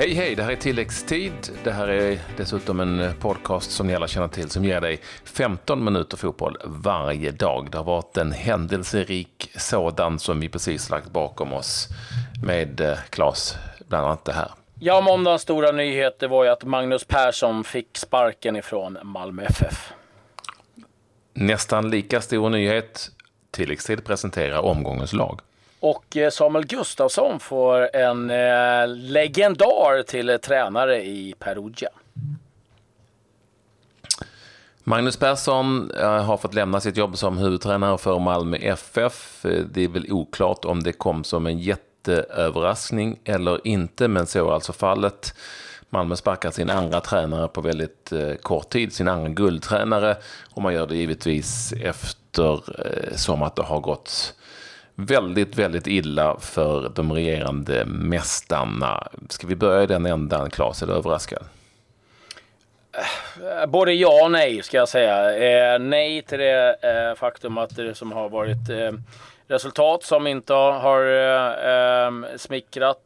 Hej, det här är Tilläggstid. Det här är dessutom en podcast som ni alla känner till som ger dig 15 minuter fotboll varje dag. Det har varit en händelserik sådan som vi precis lagt bakom oss med Claes, bland annat det här. Ja, måndagens stora nyhet det var ju att Magnus Persson fick sparken ifrån Malmö FF. Nästan lika stor nyhet. Tilläggstid presenterar omgångens lag. Och Samuel Gustafsson får en legendar till tränare i Perugia. Magnus Persson har fått lämna sitt jobb som huvudtränare för Malmö FF. Det är väl oklart om det kom som en jätteöverraskning eller inte, men så är alltså fallet. Malmö sparkar sin andra tränare på väldigt kort tid, sin andra guldtränare, och man gör det givetvis efter som att det har gått väldigt, väldigt illa för de regerande mästarna. Ska vi börja i den ändan, Claes? Är du överraskad? Både ja och nej ska jag säga. Nej till det faktum att det som har varit resultat som inte har smickrat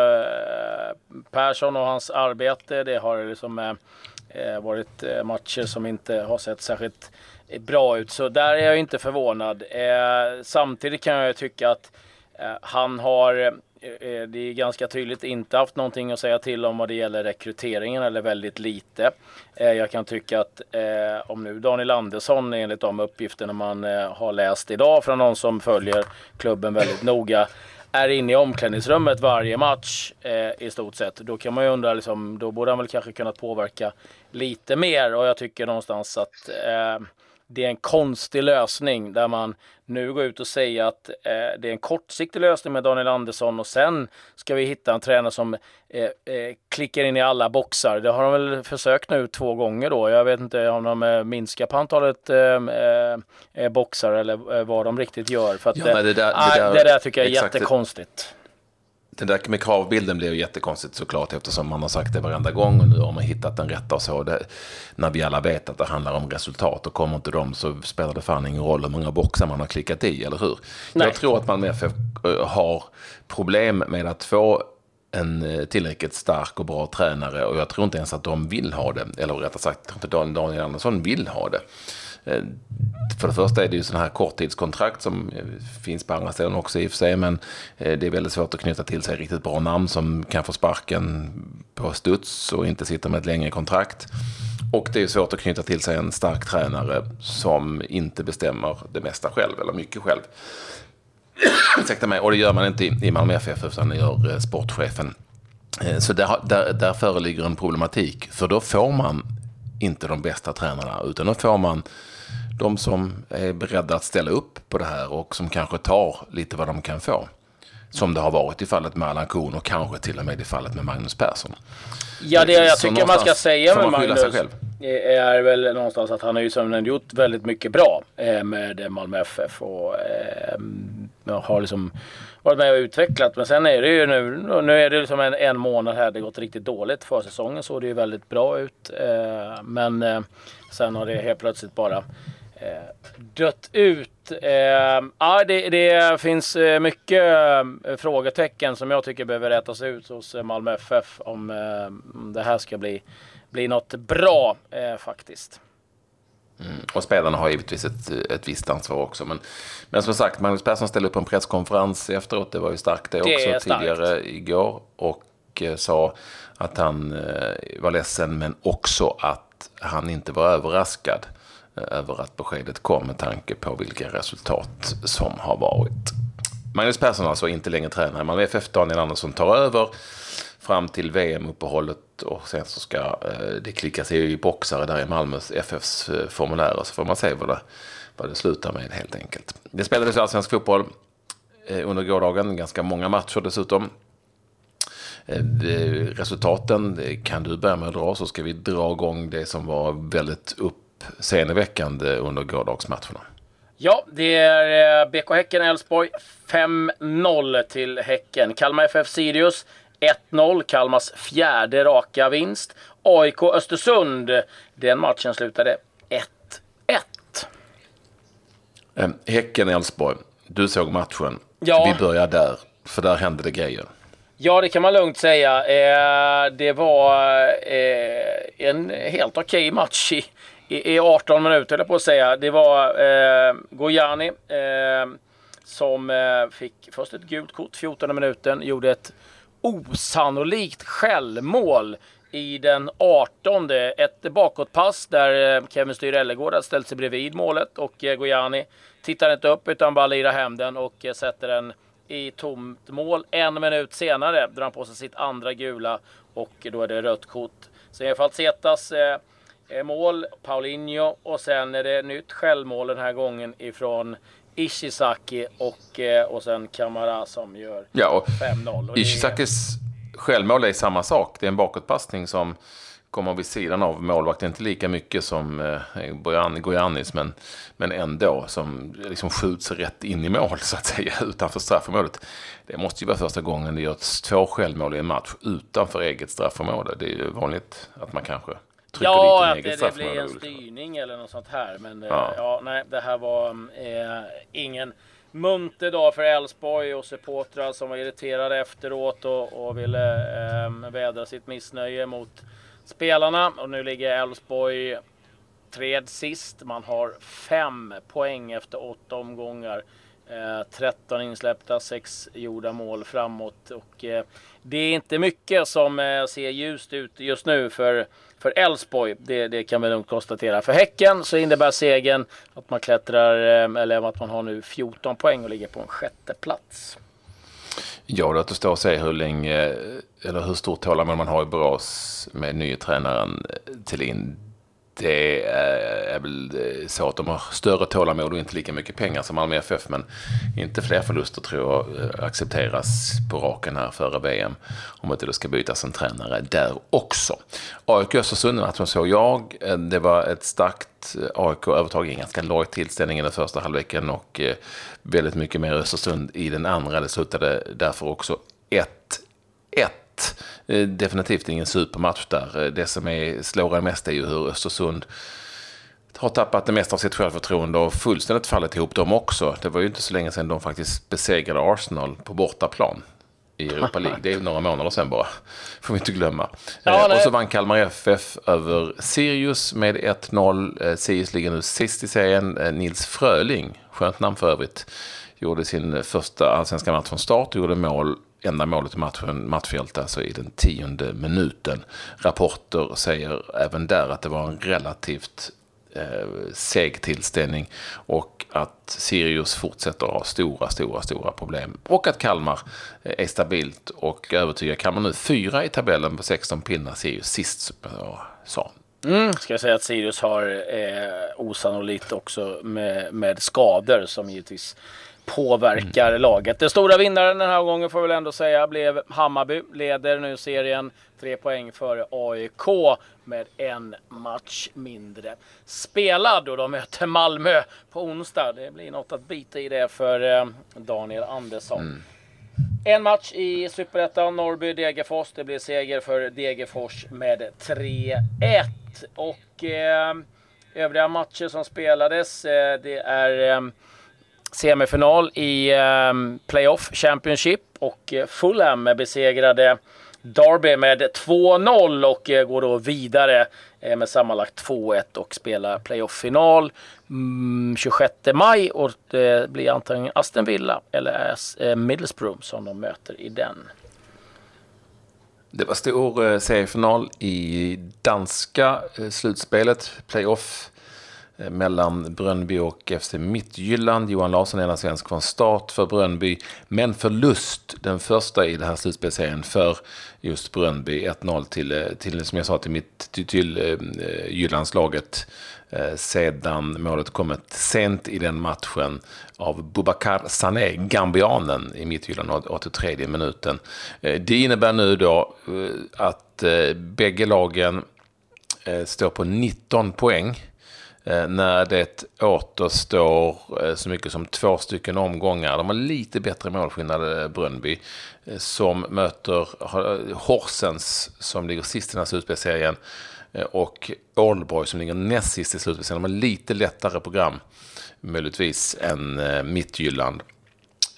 Persson och hans arbete. Det har liksom varit matcher som inte har sett särskilt bra ut, så där är jag inte förvånad. Samtidigt kan jag tycka att han har, det är ganska tydligt, inte haft någonting att säga till om vad det gäller rekryteringen, eller väldigt lite. Jag kan tycka att om nu Daniel Andersson, enligt de uppgifterna man har läst idag från någon som följer klubben väldigt noga, är inne i omklädningsrummet varje match i stort sett, då kan man ju undra liksom, då borde han väl kanske kunnat påverka lite mer. Och jag tycker någonstans att det är en konstig lösning där man nu går ut och säger att det är en kortsiktig lösning med Daniel Andersson, och sen ska vi hitta en tränare som klickar in i alla boxar. Det har de väl försökt nu 2 gånger då. Jag vet inte om de minskar på antalet boxar eller vad de riktigt gör. För att det där tycker jag är jättekonstigt. Den där med kravbilden blev ju jättekonstigt såklart, eftersom man har sagt det varenda gång och nu har man hittat den rätta och så. När vi alla vet att det handlar om resultat, och kommer inte de så spelar det fan ingen roll hur många boxar man har klickat i, eller hur? Nej. Jag tror att man med har problem med att få en tillräckligt stark och bra tränare, och jag tror inte ens att de vill ha det, eller rättare sagt, jag tror inte Daniel Andersson vill ha det. För det första är det ju sådana här korttidskontrakt som finns på andra ställen också i och för sig, men det är väldigt svårt att knyta till sig riktigt bra namn som kan få sparken på studs och inte sitta med ett längre kontrakt. Och det är svårt att knyta till sig en stark tränare som inte bestämmer det mesta själv, eller mycket själv. Ursäkta mig, och det gör man inte i Malmö FF, utan det gör sportchefen. Så där föreligger en problematik, för då får man inte de bästa tränarna, utan då får man de som är beredda att ställa upp på det här och som kanske tar lite vad de kan få. Som det har varit i fallet med Allan Kuhn och kanske till och med i fallet med Magnus Persson. Ja, det jag tycker man ska säga med Magnus är väl någonstans att han har ju som gjort väldigt mycket bra med Malmö FF och har liksom varit med och utvecklat. Men sen är det ju nu är det liksom en månad här det gått riktigt dåligt för säsongen, så det är ju väldigt bra ut. Men sen har det helt plötsligt bara dött ut. Det finns mycket frågetecken som jag tycker behöver rättas ut hos Malmö FF om det här ska bli något bra faktiskt. Och spelarna har givetvis ett visst ansvar också. Men som sagt, Magnus Persson ställde upp på en presskonferens efteråt. Det var ju starkt det också tidigare igår. Och sa att han var ledsen, men också att han inte var överraskad över att beskedet kom med tanke på vilka resultat som har varit. Magnus Persson alltså inte längre tränare. Malmö FF, Daniel Andersson tar över fram till VM-uppehållet, och sen så ska det klickas i boxar där i Malmös FFs formulär, så får man se vad det slutar med helt enkelt. Det spelades allsvensk fotboll under gårdagen, ganska många matcher dessutom. Resultaten kan du börja med att dra, så ska vi dra igång det som var väldigt uppseendeväckande under gårdagsmatcherna. Ja, det är BK Häcken Elfsborg 5-0 till Häcken. Kalmar FF Sirius 1-0, Kalmars 4:e raka vinst. AIK Östersund, den matchen slutade 1-1. Häcken Elfsborg, du såg matchen. Ja. Vi börjar där, för där hände det grejer. Ja, det kan man lugnt säga. Det var en helt okej match i 18 minuter, eller på att säga. Det var Gojani som fick först ett gult kort 14 minuten, gjorde ett osannolikt självmål i den 18:e. Ett bakåtpass där Kevin Styrellegård hade ställt sig bredvid målet och Gojani tittar inte upp utan bara lirar hem den och sätter den i tomt mål. 1 minut senare drar han på sig sitt andra gula och då är det rött kort. Sen är Falsetas mål, Paulinho, och sen är det nytt självmål den här gången ifrån Ishizaki och sen Kamara som gör 5-0. Ishizakis självmål är samma sak. Det är en bakåtpassning som kommer vid sidan av målvakten, inte lika mycket som Gojanis, men ändå som liksom skjuts rätt in i mål så att säga utanför straffområdet. Det måste ju vara första gången det görs 2 självmål i en match utanför eget straffområde. Det är ju vanligt att man kanske trycker dit en eget straffområde. Ja, det blir en styrning eller något sånt här, men nej, det här var ingen munter dag för Elfsborg och supportrar som var irriterade efteråt och ville vädra sitt missnöje mot spelarna. Och nu ligger Elfsborg tredje sist. Man har 5 poäng efter 8 omgångar. 13 insläppta, 6 gjorda mål framåt. Och det är inte mycket som ser ljust ut just nu för Elfsborg. Det kan vi nog konstatera. För Häcken så innebär segern att man klättrar, eller att man har nu 14 poäng och ligger på en 6:e plats. Ja, det återstår att se hur länge eller hur stort tålamod man har i Borås med nya tränaren Thelin. Det är väl så att de har större tålamod och inte lika mycket pengar som Malmö FF, men inte fler förluster tror jag accepteras på raken här före VM om att det ska bytas en tränare där också. AIK Östersund, matchen såg jag. Det var ett starkt AIK-övertag i en ganska låg tillställning i den första halvleken och väldigt mycket mer Östersund i den andra. Det slutade därför också 1-1. Definitivt ingen supermatch där. Det som slår mest är ju hur Östersund har tappat det mesta av sitt självförtroende och fullständigt fallit ihop dem också. Det var ju inte så länge sedan de faktiskt besegrade Arsenal på bortaplan i Europa League. Det är några månader sedan bara. Får vi inte glömma. Och så vann Kalmar FF över Sirius med 1-0. Sirius ligger nu sist i serien. Nils Fröling, skönt namn för övrigt, gjorde sin första allsvenska match från start och gjorde enda målet i matchfält, alltså i den 10:e minuten. Rapporter säger även där att det var en relativt seg tillställning och att Sirius fortsätter att ha stora problem och att Kalmar är stabilt och övertygar Kalmar nu 4 i tabellen på 16 pinnar. Sirius sist, som jag sa. Ska jag säga att Sirius har osannolikt också med skador som givetvis påverkar laget. Den stora vinnaren den här gången får väl ändå säga blev Hammarby. Leder nu serien 3 poäng före AIK med 1 match mindre spelad och de möter Malmö på onsdag. Det blir något att bita i det för Daniel Andersson. En match i Superettan, Norrby-Degerfors. Det blir seger för Degerfors med 3-1. Och övriga matcher som spelades, det är semifinal i Playoff Championship och Fulham besegrade Derby med 2-0 och går då vidare med sammanlagt 2-1 och spelar playoff-final 26 maj och det blir antagligen Aston Villa eller Middlesbrough som de möter i den. Det var stor seriefinal i danska slutspelet, playoff mellan Brøndby och FC Midtjylland. Johan Larsson är en svensk från start för Brøndby, men förlust den första i det här slutspelserien för just Brøndby, 1-0 till som jag sa till Jyllandslaget sedan målet kommit sent i den matchen av Boubacar Sané, gambianen i Midtjylland, 83 minuten. Det innebär nu då att bägge lagen står på 19 poäng när det återstår så mycket som 2 stycken omgångar. De har lite bättre målskillnad Brøndby som möter Horsens som ligger sist i den här slutspelserien och Aalborg som ligger näst sist i slutspelserien. De har lite lättare program möjligtvis än Midtjylland.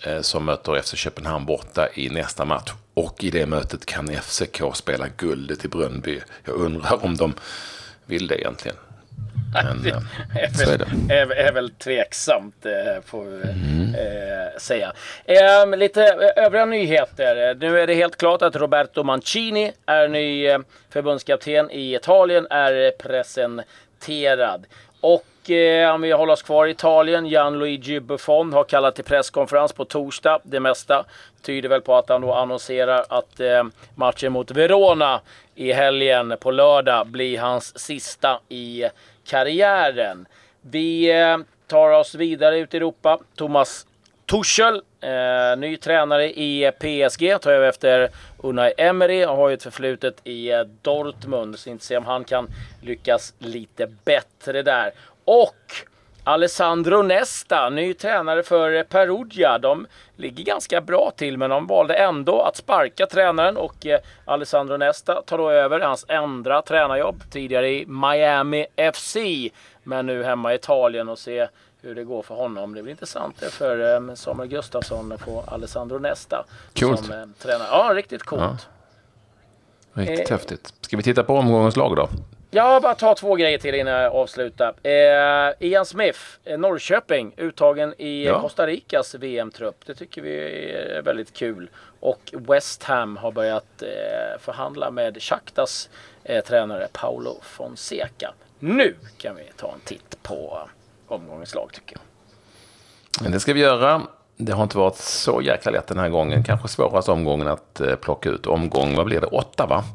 som möter FC Köpenhamn borta i nästa match. Och i det mötet kan FCK spela guldet i Bröndby. Jag undrar om de vill det egentligen. Men så är det. Är väl tveksamt får säga. Lite övriga nyheter. Nu är det helt klart att Roberto Mancini är ny förbundskapten i Italien, är presenterad. Och om vi håller oss kvar i Italien, Gianluigi Buffon har kallat till presskonferens på torsdag. Det mesta tyder väl på att han då annonserar att matchen mot Verona i helgen på lördag blir hans sista i karriären. Vi tar oss vidare ut i Europa. Thomas Tuchel, ny tränare i PSG, tar över efter Unai Emery och har ju ett förflutet i Dortmund, så inte se om han kan lyckas lite bättre där. Och Alessandro Nesta, ny tränare för Perugia. De ligger ganska bra till, men de valde ändå att sparka tränaren och Alessandro Nesta tar då över hans andra tränarjobb, tidigare i Miami FC, men nu hemma i Italien, och se hur det går för honom. Det blir intressant för Samuel Gustafsson att få Alessandro Nesta som tränare. Ja, riktigt coolt. Ja. Riktigt häftigt. Ska vi titta på omgångens lag då? Ja, bara ta 2 grejer till innan jag avslutar. Ian Smith, Norrköping, uttagen i Costa Ricas VM-trupp. Det tycker vi är väldigt kul. Och West Ham har börjat förhandla med Shakhtas tränare Paulo Fonseca. Nu kan vi ta en titt på omgångens lag, tycker jag. Men det ska vi göra. Det har inte varit så jäkla lätt den här gången. Kanske svårast omgången att plocka ut. Omgång, vad blir det? 8, va?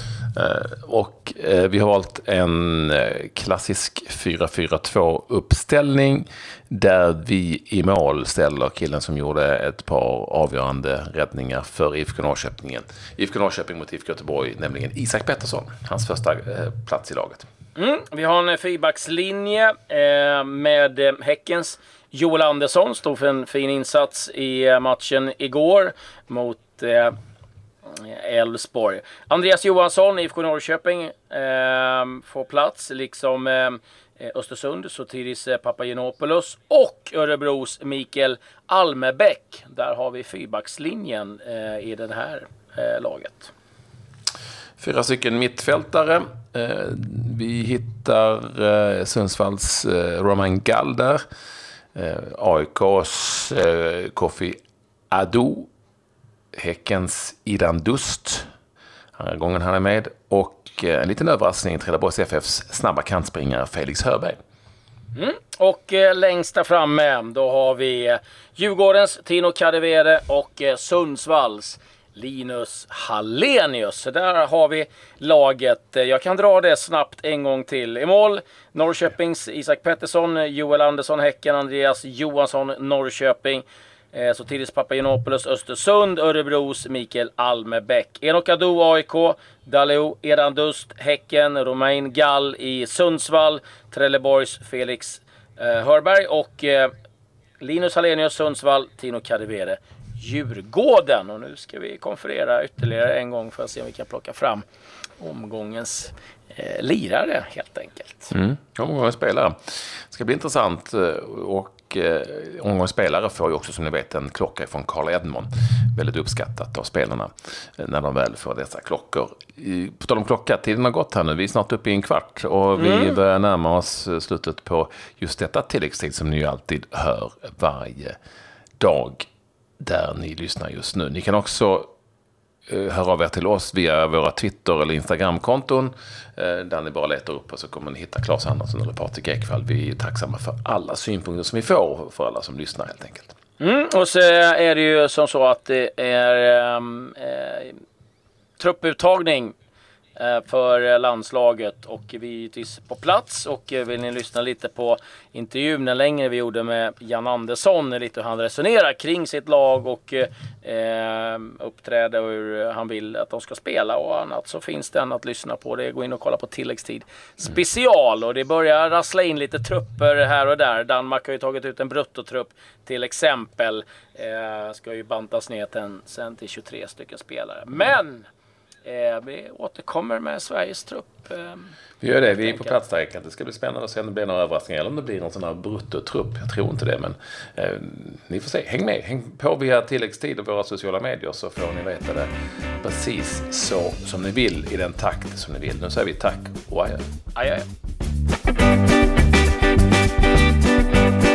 Och vi har valt en klassisk 4-4-2 uppställning där vi i mål ställer killen som gjorde ett par avgörande räddningar för IFK Norrköping. IFK Norrköping mot IFK Göteborg, nämligen Isak Pettersson, hans första plats i laget. Vi har en fyrbackslinje med Häckens Joel Andersson, stod för en fin insats i matchen igår mot Elfsborg. Andreas Johansson, IFK Norrköping, får plats, liksom Östersund, Sotiris Papagenopoulos och Örebros Mikael Almebäck. Där har vi fyrbackslinjen i det här laget. 4 stycken mittfältare. Vi hittar Sundsvalls Romain Galder, AIKs Kofi Adu, Häckens Idan Dust, andra gången han är med, och en liten överraskning, Trelleborgs FFs snabba kantspringare Felix Hörberg. Och längst där framme då har vi Djurgårdens Tino Kadewere och Sundsvalls Linus Hallenius. Så där har vi laget. Jag kan dra det snabbt en gång till. I mål Norrköpings Isak Pettersson, Joel Andersson Häcken, Andreas Johansson Norrköping, Sotiris Papagenopoulos Östersund, Örebros Mikael Almebäck, Enok Adu AIK, Daleo Edandust Häcken, Romain Gall i Sundsvall, Trelleborgs Felix Hörberg och Linus Hallenius Sundsvall, Tino Kadewere Djurgården. Och nu ska vi konferera ytterligare en gång för att se om vi kan plocka fram omgångens lirare helt enkelt. Omgångens spelare. Det ska bli intressant, och omgångens spelare får ju också, som ni vet, en klocka från Carl Edmond. Väldigt uppskattat av spelarna när de väl får dessa klockor. På tal om klocka, tiden har gått här nu. Vi är snart uppe i en kvart och vi börjar närma oss slutet på just detta tilläggstid som ni ju alltid hör varje dag där ni lyssnar just nu. Ni kan också höra av er till oss via våra Twitter- eller Instagram-konton där ni bara letar upp och så kommer ni hitta Claes Andersson eller Patrik Ekvall. Vi är tacksamma för alla synpunkter som vi får, för alla som lyssnar helt enkelt. Och så är det ju som så att det är trupputtagning för landslaget och vi är på plats, och vill ni lyssna lite på intervjun längre vi gjorde med Jan Andersson, lite hur han resonerar kring sitt lag och uppträder och hur han vill att de ska spela och annat, så finns den att lyssna på. Det går in och kolla på tilläggstid special, och det börjar rassla in lite trupper här och där. Danmark har ju tagit ut en bruttotrupp till exempel, ska ju bantas ner sen till 23 stycken spelare, men Vi återkommer med Sveriges trupp. Vi gör det, vi är på plats där. Det ska bli spännande att se om det blir några överraskningar eller om det blir någon sån här bruttotrupp. Jag tror inte det, men ni får se. Häng på via tilläggstid och våra sociala medier, så får ni veta det precis så som ni vill, i den takt som ni vill. Nu säger vi tack och adjö. Adjö.